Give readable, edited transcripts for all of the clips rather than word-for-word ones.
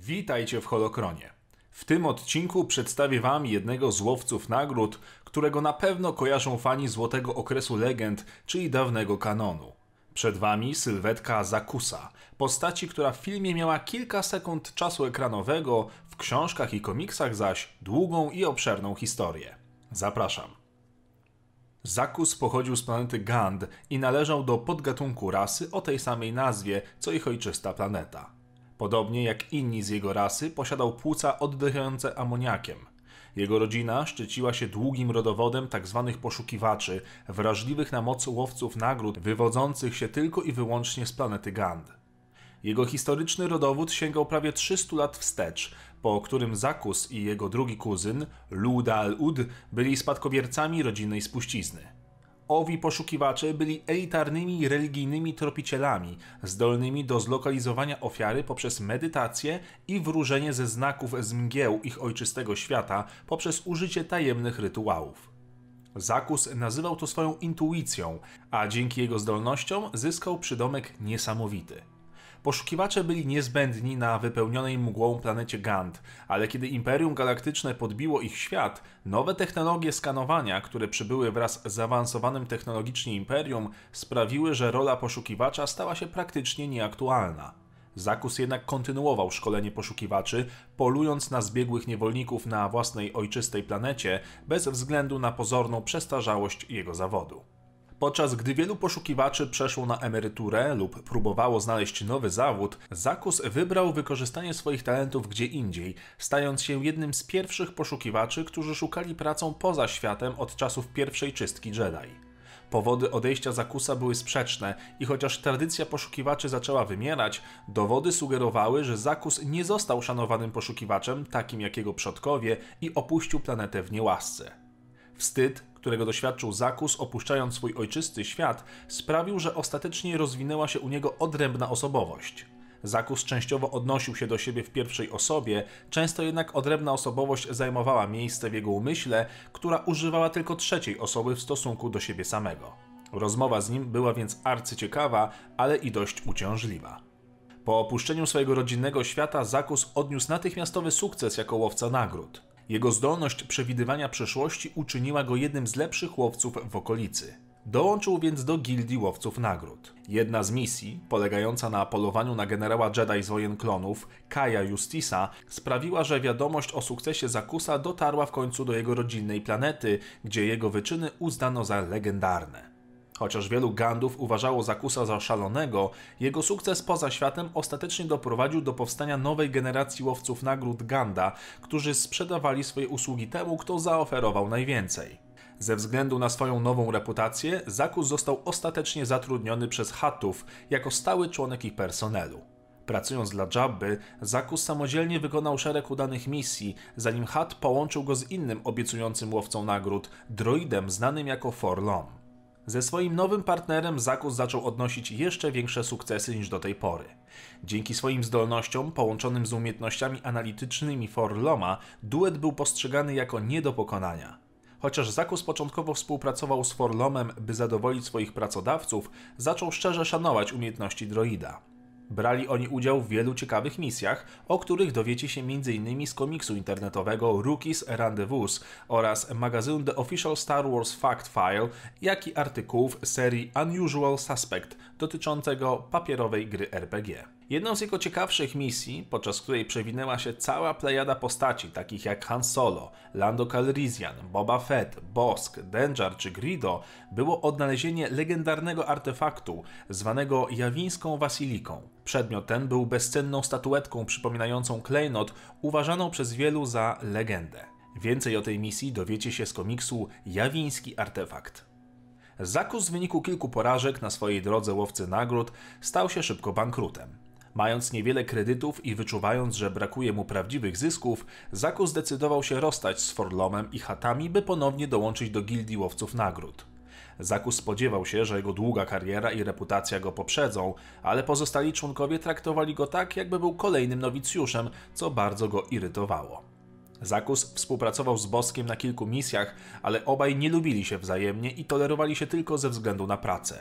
Witajcie w Holokronie. W tym odcinku przedstawię Wam jednego z łowców nagród, którego na pewno kojarzą fani złotego okresu legend, czyli dawnego kanonu. Przed Wami sylwetka Zakusa, postaci, która w filmie miała kilka sekund czasu ekranowego, w książkach i komiksach zaś długą i obszerną historię. Zapraszam. Zakus pochodził z planety Gand i należał do podgatunku rasy o tej samej nazwie, co ich ojczysta planeta. Podobnie jak inni z jego rasy, posiadał płuca oddychające amoniakiem. Jego rodzina szczyciła się długim rodowodem tzw. poszukiwaczy, wrażliwych na moc łowców nagród, wywodzących się tylko i wyłącznie z planety Gand. Jego historyczny rodowód sięgał prawie 300 lat wstecz, po którym Zakus i jego drugi kuzyn, Luda al-Ud, byli spadkobiercami rodzinnej spuścizny. Owi poszukiwacze byli elitarnymi religijnymi tropicielami, zdolnymi do zlokalizowania ofiary poprzez medytację i wróżenie ze znaków z mgieł ich ojczystego świata poprzez użycie tajemnych rytuałów. Zakus nazywał to swoją intuicją, a dzięki jego zdolnościom zyskał przydomek niesamowity. Poszukiwacze byli niezbędni na wypełnionej mgłą planecie Gand, ale kiedy Imperium Galaktyczne podbiło ich świat, nowe technologie skanowania, które przybyły wraz z zaawansowanym technologicznie Imperium, sprawiły, że rola poszukiwacza stała się praktycznie nieaktualna. Zakus jednak kontynuował szkolenie poszukiwaczy, polując na zbiegłych niewolników na własnej ojczystej planecie, bez względu na pozorną przestarzałość jego zawodu. Podczas gdy wielu poszukiwaczy przeszło na emeryturę lub próbowało znaleźć nowy zawód, Zakus wybrał wykorzystanie swoich talentów gdzie indziej, stając się jednym z pierwszych poszukiwaczy, którzy szukali pracą poza światem od czasów pierwszej czystki Jedi. Powody odejścia Zakusa były sprzeczne i chociaż tradycja poszukiwaczy zaczęła wymierać, dowody sugerowały, że Zakus nie został szanowanym poszukiwaczem, takim jak jego przodkowie, i opuścił planetę w niełasce. Wstyd, którego doświadczył Zakus, opuszczając swój ojczysty świat, sprawił, że ostatecznie rozwinęła się u niego odrębna osobowość. Zakus częściowo odnosił się do siebie w pierwszej osobie, często jednak odrębna osobowość zajmowała miejsce w jego umyśle, która używała tylko trzeciej osoby w stosunku do siebie samego. Rozmowa z nim była więc arcyciekawa, ale i dość uciążliwa. Po opuszczeniu swojego rodzinnego świata Zakus odniósł natychmiastowy sukces jako łowca nagród. Jego zdolność przewidywania przyszłości uczyniła go jednym z lepszych łowców w okolicy. Dołączył więc do gildii łowców nagród. Jedna z misji, polegająca na polowaniu na generała Jedi z Wojen Klonów, Kaja Justisa, sprawiła, że wiadomość o sukcesie Zakusa dotarła w końcu do jego rodzinnej planety, gdzie jego wyczyny uznano za legendarne. Chociaż wielu Gandów uważało Zakusa za szalonego, jego sukces poza światem ostatecznie doprowadził do powstania nowej generacji łowców nagród Ganda, którzy sprzedawali swoje usługi temu, kto zaoferował najwięcej. Ze względu na swoją nową reputację, Zakus został ostatecznie zatrudniony przez Huttów jako stały członek ich personelu. Pracując dla Jabby, Zakus samodzielnie wykonał szereg udanych misji, zanim Hutt połączył go z innym obiecującym łowcą nagród, droidem znanym jako 4-LOM. Ze swoim nowym partnerem Zakus zaczął odnosić jeszcze większe sukcesy niż do tej pory. Dzięki swoim zdolnościom, połączonym z umiejętnościami analitycznymi 4-LOMa, duet był postrzegany jako nie do pokonania. Chociaż Zakus początkowo współpracował z 4-LOMem, by zadowolić swoich pracodawców, zaczął szczerze szanować umiejętności droida. Brali oni udział w wielu ciekawych misjach, o których dowiecie się m.in. z komiksu internetowego Rookies Rendezvous oraz magazynu The Official Star Wars Fact File, jak i artykułów serii Unusual Suspect dotyczącego papierowej gry RPG. Jedną z jego ciekawszych misji, podczas której przewinęła się cała plejada postaci takich jak Han Solo, Lando Calrissian, Boba Fett, Bosk, Denjar czy Greedo, było odnalezienie legendarnego artefaktu zwanego jawińską wasiliką. Przedmiot ten był bezcenną statuetką przypominającą klejnot, uważaną przez wielu za legendę. Więcej o tej misji dowiecie się z komiksu Jawiński artefakt. Zakus w wyniku kilku porażek na swojej drodze łowcy nagród stał się szybko bankrutem. Mając niewiele kredytów i wyczuwając, że brakuje mu prawdziwych zysków, Zakus zdecydował się rozstać z 4-LOMem i Huttami, by ponownie dołączyć do gildii łowców nagród. Zakus spodziewał się, że jego długa kariera i reputacja go poprzedzą, ale pozostali członkowie traktowali go tak, jakby był kolejnym nowicjuszem, co bardzo go irytowało. Zakus współpracował z Boskiem na kilku misjach, ale obaj nie lubili się wzajemnie i tolerowali się tylko ze względu na pracę.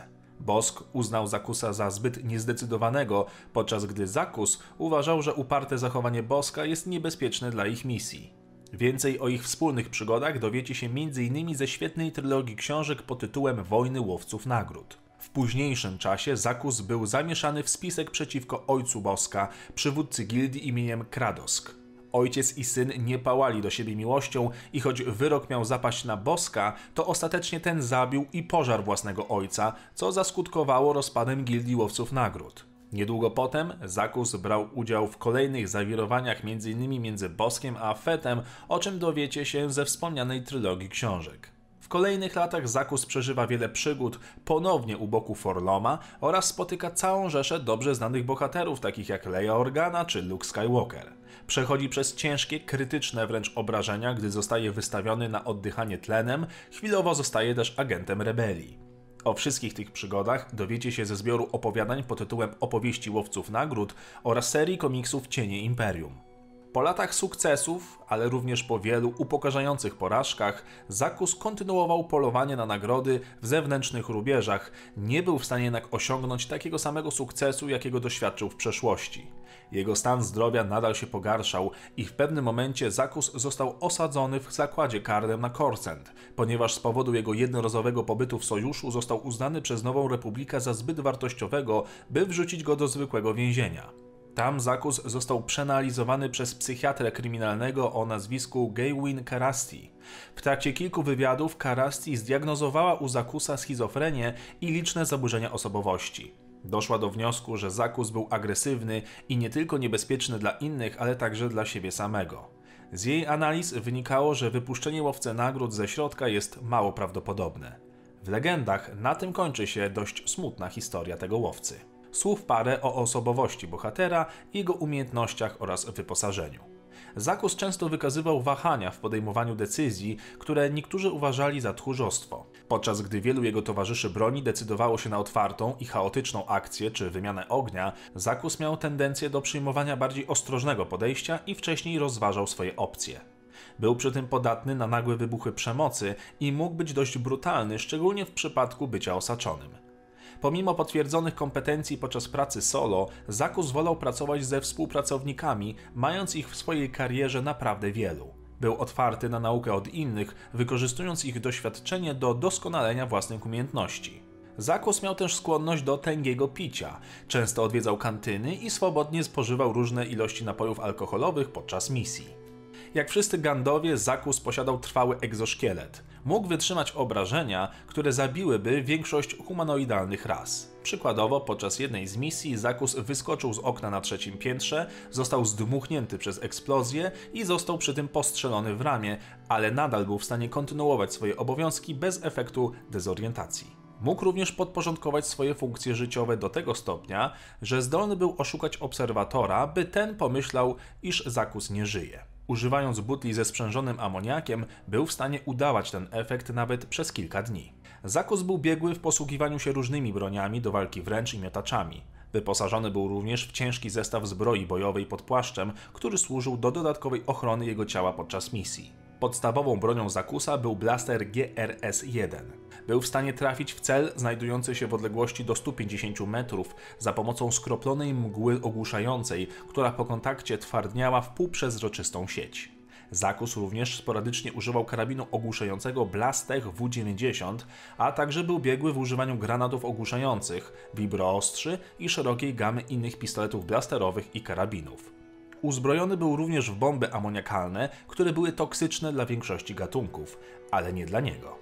Bosk uznał Zakusa za zbyt niezdecydowanego, podczas gdy Zakus uważał, że uparte zachowanie Boska jest niebezpieczne dla ich misji. Więcej o ich wspólnych przygodach dowiecie się m.in. ze świetnej trylogii książek pod tytułem Wojny Łowców Nagród. W późniejszym czasie Zakus był zamieszany w spisek przeciwko ojcu Boska, przywódcy gildii imieniem Kradosk. Ojciec i syn nie pałali do siebie miłością i choć wyrok miał zapaść na Boska, to ostatecznie ten zabił i pożarł własnego ojca, co zaskutkowało rozpadem gildii Łowców Nagród. Niedługo potem Zakus brał udział w kolejnych zawirowaniach m.in. między Boskiem a Fetem, o czym dowiecie się ze wspomnianej trylogii książek. W kolejnych latach Zakus przeżywa wiele przygód, ponownie u boku Forloma oraz spotyka całą rzeszę dobrze znanych bohaterów, takich jak Leia Organa czy Luke Skywalker. Przechodzi przez ciężkie, krytyczne wręcz obrażenia, gdy zostaje wystawiony na oddychanie tlenem, chwilowo zostaje też agentem rebelii. O wszystkich tych przygodach dowiecie się ze zbioru opowiadań pod tytułem Opowieści Łowców Nagród oraz serii komiksów Cienie Imperium. Po latach sukcesów, ale również po wielu upokarzających porażkach, Zakus kontynuował polowanie na nagrody w zewnętrznych rubieżach, nie był w stanie jednak osiągnąć takiego samego sukcesu, jakiego doświadczył w przeszłości. Jego stan zdrowia nadal się pogarszał i w pewnym momencie Zakus został osadzony w zakładzie karnym na Coruscant, ponieważ z powodu jego jednorazowego pobytu w sojuszu został uznany przez Nową Republikę za zbyt wartościowego, by wrzucić go do zwykłego więzienia. Tam Zakus został przeanalizowany przez psychiatrę kryminalnego o nazwisku Gaywin Karasti. W trakcie kilku wywiadów Karasti zdiagnozowała u Zakusa schizofrenię i liczne zaburzenia osobowości. Doszła do wniosku, że Zakus był agresywny i nie tylko niebezpieczny dla innych, ale także dla siebie samego. Z jej analiz wynikało, że wypuszczenie Łowcy Nagród ze środka jest mało prawdopodobne. W legendach na tym kończy się dość smutna historia tego łowcy. Słów parę o osobowości bohatera, jego umiejętnościach oraz wyposażeniu. Zakus często wykazywał wahania w podejmowaniu decyzji, które niektórzy uważali za tchórzostwo, podczas gdy wielu jego towarzyszy broni decydowało się na otwartą i chaotyczną akcję czy wymianę ognia, Zakus miał tendencję do przyjmowania bardziej ostrożnego podejścia i wcześniej rozważał swoje opcje. Był przy tym podatny na nagłe wybuchy przemocy i mógł być dość brutalny, szczególnie w przypadku bycia osaczonym. Pomimo potwierdzonych kompetencji podczas pracy solo, Zakus wolał pracować ze współpracownikami, mając ich w swojej karierze naprawdę wielu. Był otwarty na naukę od innych, wykorzystując ich doświadczenie do doskonalenia własnych umiejętności. Zakus miał też skłonność do tęgiego picia, często odwiedzał kantyny i swobodnie spożywał różne ilości napojów alkoholowych podczas misji. Jak wszyscy Gandowie, Zakus posiadał trwały egzoszkielet. Mógł wytrzymać obrażenia, które zabiłyby większość humanoidalnych ras. Przykładowo, podczas jednej z misji Zakus wyskoczył z okna na 3. piętrze, został zdmuchnięty przez eksplozję i został przy tym postrzelony w ramię, ale nadal był w stanie kontynuować swoje obowiązki bez efektu dezorientacji. Mógł również podporządkować swoje funkcje życiowe do tego stopnia, że zdolny był oszukać obserwatora, by ten pomyślał, iż Zakus nie żyje. Używając butli ze sprzężonym amoniakiem, był w stanie udawać ten efekt nawet przez kilka dni. Zakus był biegły w posługiwaniu się różnymi broniami do walki wręcz i miotaczami. Wyposażony był również w ciężki zestaw zbroi bojowej pod płaszczem, który służył do dodatkowej ochrony jego ciała podczas misji. Podstawową bronią Zakusa był blaster GRS-1. Był w stanie trafić w cel znajdujący się w odległości do 150 metrów za pomocą skroplonej mgły ogłuszającej, która po kontakcie twardniała w półprzezroczystą sieć. Zakus również sporadycznie używał karabinu ogłuszającego Blastech W90, a także był biegły w używaniu granatów ogłuszających, wibroostrzy i szerokiej gamy innych pistoletów blasterowych i karabinów. Uzbrojony był również w bomby amoniakalne, które były toksyczne dla większości gatunków, ale nie dla niego.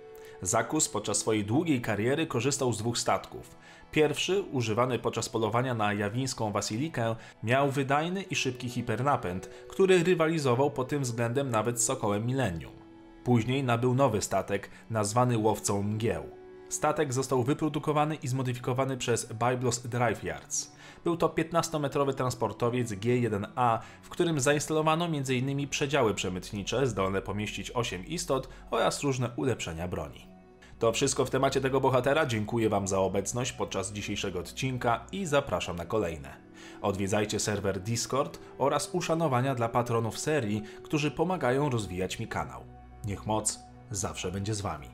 Zakus podczas swojej długiej kariery korzystał z 2 statków. Pierwszy, używany podczas polowania na jawińską Wasilikę, miał wydajny i szybki hipernapęd, który rywalizował pod tym względem nawet z Sokołem Millennium. Później nabył nowy statek, nazwany Łowcą Mgieł. Statek został wyprodukowany i zmodyfikowany przez Byblos Drive Yards. Był to 15-metrowy transportowiec G1A, w którym zainstalowano m.in. przedziały przemytnicze zdolne pomieścić 8 istot oraz różne ulepszenia broni. To wszystko w temacie tego bohatera. Dziękuję Wam za obecność podczas dzisiejszego odcinka i zapraszam na kolejne. Odwiedzajcie serwer Discord oraz uszanowania dla patronów serii, którzy pomagają rozwijać mi kanał. Niech moc zawsze będzie z Wami.